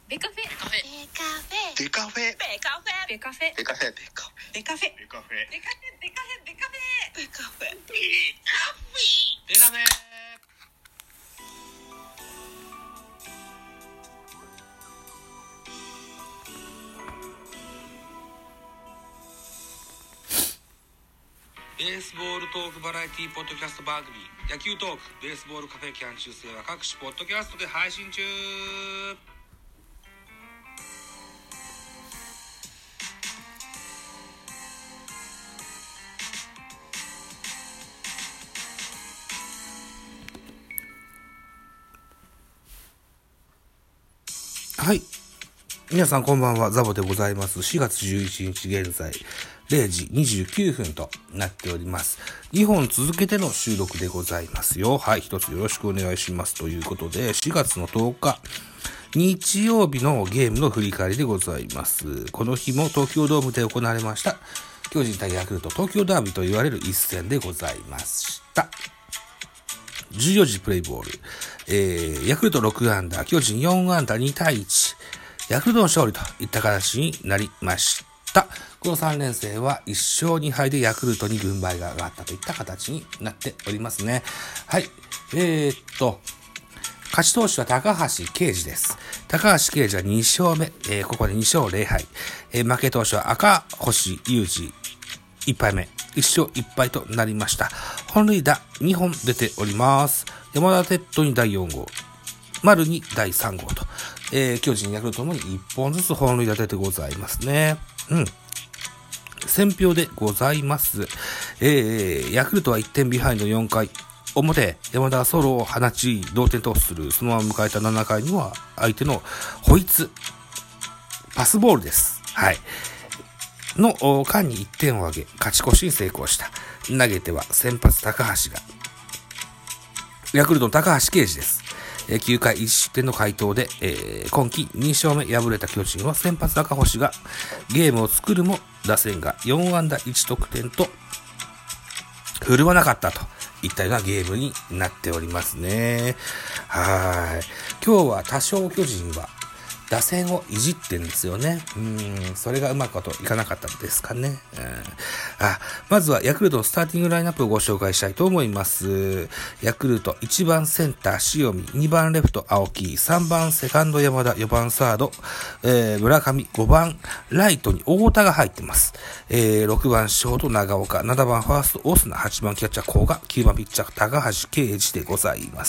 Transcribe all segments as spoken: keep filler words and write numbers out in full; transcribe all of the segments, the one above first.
ベカフェベカフェベカフェベカフェベカフェベカフェベカフェベカフェベカフェベカフェベカフェベカフェベカフェベカフェベースボールトークバラエティポッドキャスト番組野球トークベースボールカフェキャン中世は各種ポッドキャストで配信中。はい、皆さんこんばんは、ザボでございます。しがつじゅういちにち現在れいじにじゅうきゅうふんとなっております。にほん続けての収録でございますよ。はい、一つよろしくお願いしますということで、しがつのとおか日曜日のゲームの振り返りでございます。この日も東京ドームで行われました巨人対ヤクルト東京ダービーと言われる一戦でございました。じゅうよじプレイボール、えー、ヤクルトろくアンダー、巨人よんアンダー、にたいいち、ヤクルトの勝利といった形になりました。このさん連戦はいっしょうにはいでヤクルトに軍配が上がったといった形になっておりますね。はい。えー、っと、勝ち投手は高橋奎二です。高橋奎二はにしょうめ、えー、ここでにしょうぜろはい。えー、負け投手は赤星優志いっぱいめ、いっしょういっぱいとなりました。本塁打にほん出ております。山田哲人にだいよんごう、丸にだいさんごうと、えー、巨人ヤクルトもにいっぽんずつ本塁打出てございますね。うん。選票でございます。えー、ヤクルトはいってんビハインドよんかい表、山田がソロを放ち同点トスする。そのまま迎えたななかいには相手のホイツパスボールです。はい。の間にいってんを挙げ勝ち越しに成功した。投げては先発高橋が、ヤクルトの高橋奎二です。きゅうかいいちしってんの快投で、えー、今季にしょうめ敗れた巨人は先発赤星がゲームを作るも打線がよんアンダーいちとくてんと振るわなかったといったようなゲームになっておりますね。はい。今日は多少巨人は打線をいじってんですよね。うーん、それがうまくといかなかったですかね。うん、あ、まずはヤクルトのスターティングラインナップをご紹介したいと思います。ヤクルトいちばんセンター塩見、にばんレフト青木、さんばんセカンド山田、よばんサード、えー、村上、ごばんライトに太田が入ってます。えー、ろくばんショート長岡、ななばんファーストオスナ、はちばんキャッチャー甲賀、きゅうばんピッチャー高橋奎二でございます。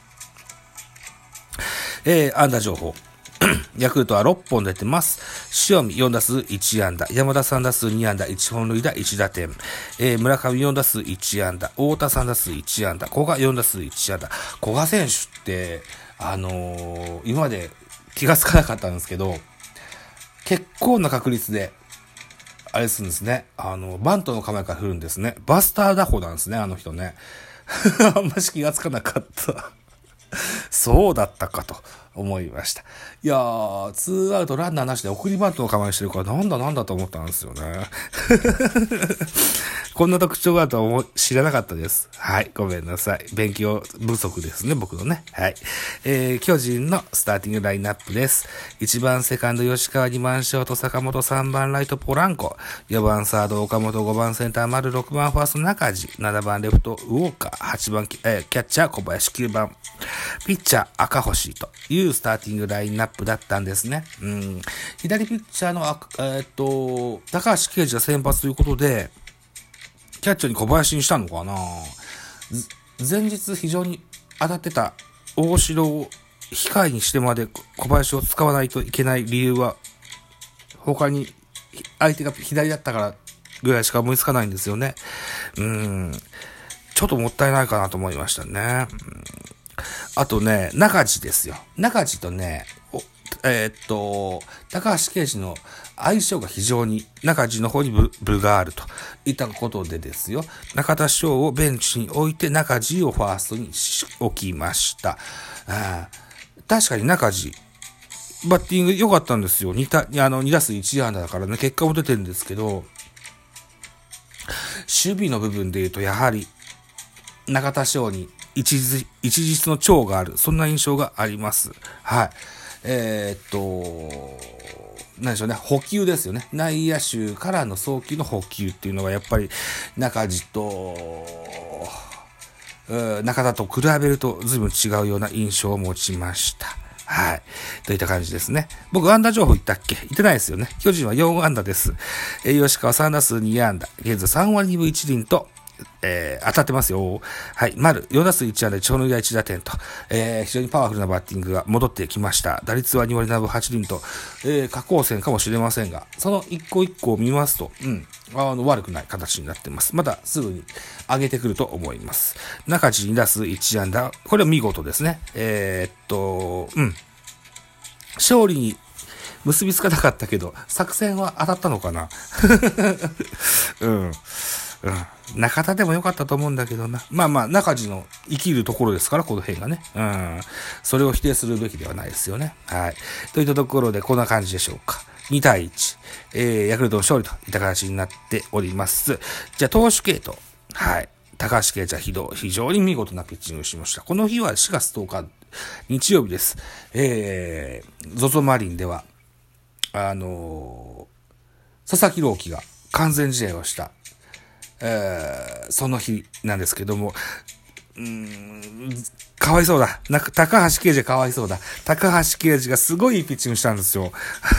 えー、安打情報。ヤクルトはろっぽん出てます。塩見よんだすういちあんだ、山田さんだすうにあんだ、いちほんるいだいちだてん、えー、村上よんだすういちあんだ、太田さんだすういちあんだ、古賀よんだすういちあんだ。古賀選手ってあのー、今まで気がつかなかったんですけど、結構な確率であれするんですね。あのバントの構えから振るんですね。バスター打法なんですね、あの人ね。あんまし気がつかなかったそうだったかと思いました。いやー、ツーアウトランナーなしで送りバントの構えしてるからなんだなんだと思ったんですよね。こんな特徴があるとは思知らなかったです。はい、ごめんなさい。勉強不足ですね、僕のね。はい。えー、巨人のスターティングラインナップです。いちばんセカンド吉川、にばんショート坂本、さんばんライトポランコ、よばんサード岡本、ごばんセンター丸、ろくばんファースト中地、ななばんレフトウォーカー、はちばんキャッチャー小林、きゅうばんピッチャー赤星というスターティングラインナップだったんですね。うん、左ピッチャーの、えー、っと高橋奎二が先発ということでキャッチャーに小林にしたのかな。前日非常に当たってた大城を控えにしてまで小林を使わないといけない理由は他に相手が左だったからぐらいしか思いつかないんですよね。うん、ちょっともったいないかなと思いましたね。うん、あとね、中地ですよ。中地とね、えー、っと、高橋奎二の相性が非常に中地の方に部、部があるといったことでですよ。中田翔をベンチに置いて中地をファーストに置きました。あ、確かに中地、バッティング良かったんですよ。にた、あの、にだすういちあんだだからね、結果も出てるんですけど、守備の部分で言うとやはり中田翔に一日、一日の長がある、そんな印象があります。はい。 えー、っと、何でしょうね、補給ですよね。内野手からの送球の補給っていうのはやっぱり中地と、中田と比べると随分違うような印象を持ちました。はい。といった感じですね。僕、安打情報言ったっけ？言ってないですよね。巨人はよん安打です。えー、吉川さん打数に安打。現在さん割にぶいち厘と、えー、当たってますよ。はい。丸、よん打数いち安打で長野がいち打点と、えー、非常にパワフルなバッティングが戻ってきました。打率はに割ななぶはち厘と、えー、下降線かもしれませんが、その一個一個を見ますと、うん、あの、悪くない形になってます。まだすぐに上げてくると思います。中地に打数いち安打。これは見事ですね。えー、っと、うん。勝利に結びつかなかったけど、作戦は当たったのかなうん。うん。中田でもよかったと思うんだけどな。まあまあ、中地の生きるところですから、この辺がね。うん。それを否定するべきではないですよね。はい。といったところで、こんな感じでしょうか。に対いち。えー、ヤクルトの勝利といった形になっております。じゃあ、投手系統。はい。高橋奎二は非常、非常に見事なピッチングをしました。この日はしがつとおか、日曜日です。えー、ゾゾマリンでは、あのー、佐々木朗希が完全試合をした、えー、その日なんですけども、うーん、かわいそうだ。なんか、高橋奎二かわいそうだ。高橋奎二がすごいいいピッチングしたんですよ。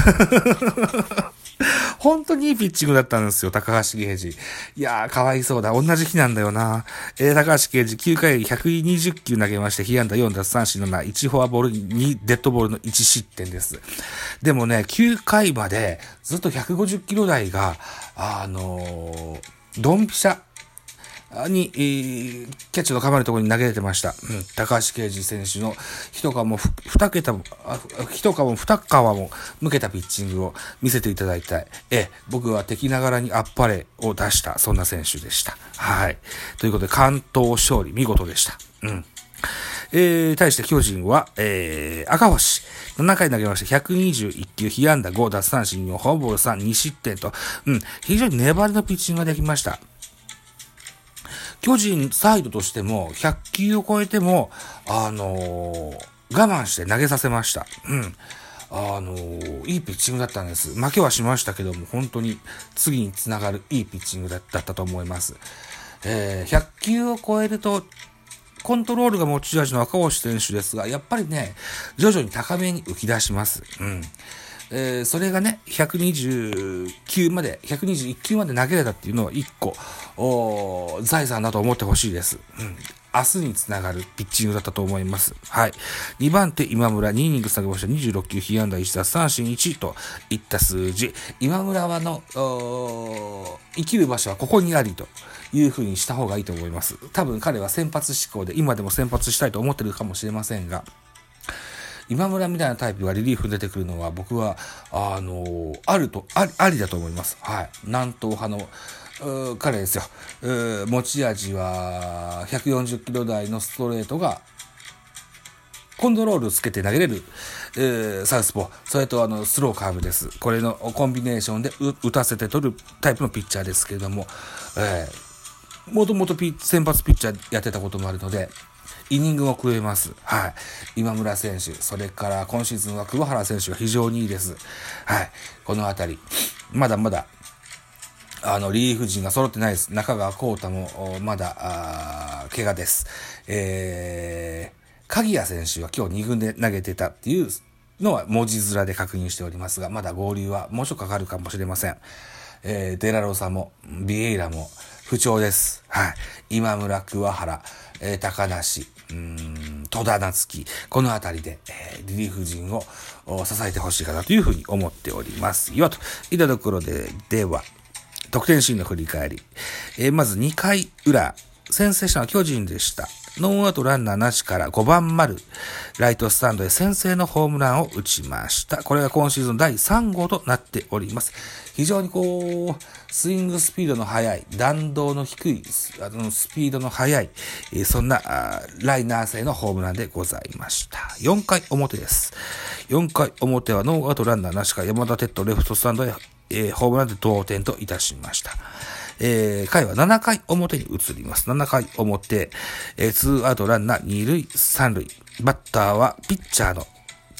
本当にいいピッチングだったんですよ、高橋奎二。いやー、かわいそうだ。同じ日なんだよな。えー、高橋奎二きゅうかいひゃくにじゅっきゅう投げまして、被安打よん奪三振のな、いちフォアボールにデッドボールのいち失点です。でもね、きゅうかいまでずっとひゃくごじゅっキロ台が、あのー、ドンピシャ。に、えー、キャッチの構えるところに投げれてました。うん、高橋奎二選手の一皮も二桁も、一皮も二皮も向けたピッチングを見せていただいたい。え、僕は敵ながらにあっぱれを出した、そんな選手でした。はい。ということで、完投勝利、見事でした。うん。えー、対して巨人は、えー、赤星。ななかい投げまして、ひゃくにじゅういち球、被安打ご、奪三振よん、フォアボールさん、に失点と、うん、非常に粘りのピッチングができました。巨人サイドとしてもひゃく球を超えても、あのー、我慢して投げさせました。うん。あのー、いいピッチングだったんです。負けはしましたけども、本当に次につながるいいピッチングだったと思います。えー、ひゃく球を超えると、コントロールが持ち味の赤星選手ですが、やっぱりね、徐々に高めに浮き出します。うん。えー、それがね、ひゃくにじゅうきゅうまで、ひゃくにじゅういち球まで投げれたっていうのは一個、お財産だと思ってほしいです。うん。明日につながるピッチングだったと思います。はい。にばん手今村、にイニング下げました。にじゅうろく球、被安打いち奪三振いちといった数字。今村はの、生きる場所はここにありという風にした方がいいと思います。多分彼は先発志向で今でも先発したいと思ってるかもしれませんが、今村みたいなタイプがリリーフ出てくるのは僕は、あのー、あると、あり、ありだと思います。はい。南東派の、彼ですよ。持ち味はひゃくよんじゅっキロ台のストレートがコントロールつけて投げれる、えー、サウスポー、それとあのスローカーブです。これのコンビネーションで打たせて取るタイプのピッチャーですけれども、えー、もともと先発ピッチャーやってたこともあるので、イニングも食えます。はい。今村選手、それから今シーズンは桑原選手が非常にいいです。はい。このあたり、まだまだ、あの、リリーフ陣が揃ってないです。中川幸太も、まだ、あ怪我です。えー、鍵谷選手は今日に軍で投げてたっていうのは文字面で確認しておりますが、まだ合流はもうちょっとかかるかもしれません。えー、デラロサも、ビエイラも不調です。はい。今村、桑原、えー、高梨、うーん、戸田夏樹、このあたりで、えー、リリーフ陣を支えてほしいかなというふうに思っておりますよ。といったところで、では、得点シーンの振り返り。えー、まずにかい裏、先制したのは巨人でした。ノーアウトランナーなしからごばん丸、ライトスタンドへ先制のホームランを打ちました。これが今シーズンだいさん号となっております。非常にこう、スイングスピードの速い、弾道の低い、あのスピードの速い、えー、そんなライナー性のホームランでございました。よんかい表です。よんかい表はノーアウトランナーなしから山田哲人レフトスタンドへ、えー、ホームランで同点といたしました。えー、回はななかい表に移ります。ななかい表、えー、ツーアウトランナーに塁さん塁。バッターはピッチャーの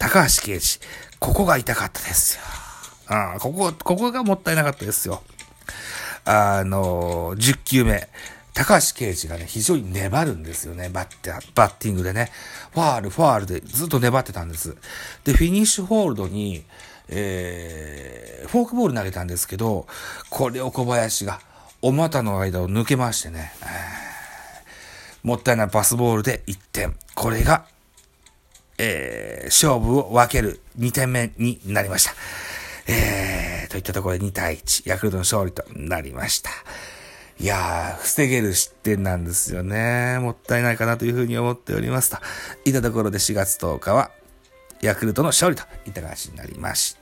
高橋奎二。ここが痛かったですよ。あここ、ここがもったいなかったですよ。あの、じゅっきゅうめ。高橋奎二がね、非常に粘るんですよね。バッテバッティングでね。ファール、ファールでずっと粘ってたんです。で、フィニッシュホールドに、えー、フォークボール投げたんですけど、これを小林が、お股の間を抜けましてね。もったいないパスボールでいってん。これが、えー、勝負を分けるにてんめになりました。えー、といったところでにたいいち、ヤクルトの勝利となりました。いやー、防げる失点なんですよね。もったいないかなというふうに思っておりますと。いったところでしがつとおかは、ヤクルトの勝利といった形になりまして、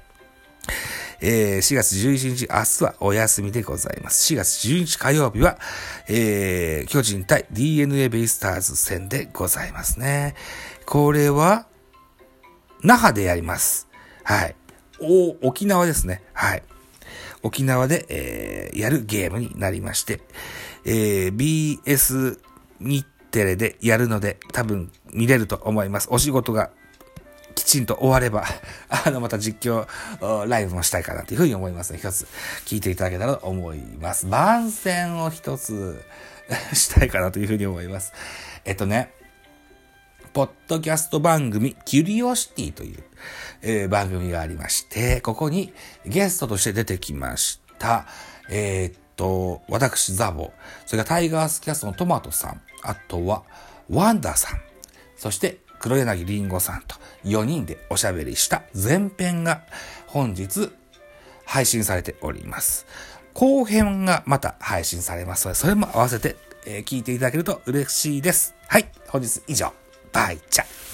えー、しがつじゅういちにち、明日はお休みでございます。しがつじゅうににち火曜日は、えー、巨人対 ディーエヌエー ベイスターズ戦でございますね。これは、那覇でやります。はい。お、沖縄ですね。はい。沖縄で、えー、やるゲームになりまして、えー、ビーエス 日テレでやるので、多分見れると思います。お仕事がきちんと終われば、あの、また実況、ライブもしたいかなというふうに思いますので、一つ聞いていただけたらと思います。番宣を一つしたいかなというふうに思います。えっとね、ポッドキャスト番組、キュリオシティという、えー、番組がありまして、ここにゲストとして出てきました。えー、っと、私、ザボ、それからタイガースキャストのトマトさん、あとは、ワンダさん、そして、黒柳りんごさんとよにんでおしゃべりした前編が本日配信されております。後編がまた配信されますので、それも合わせて、えー、聞いていただけると嬉しいです。はい、本日以上。バイチャ。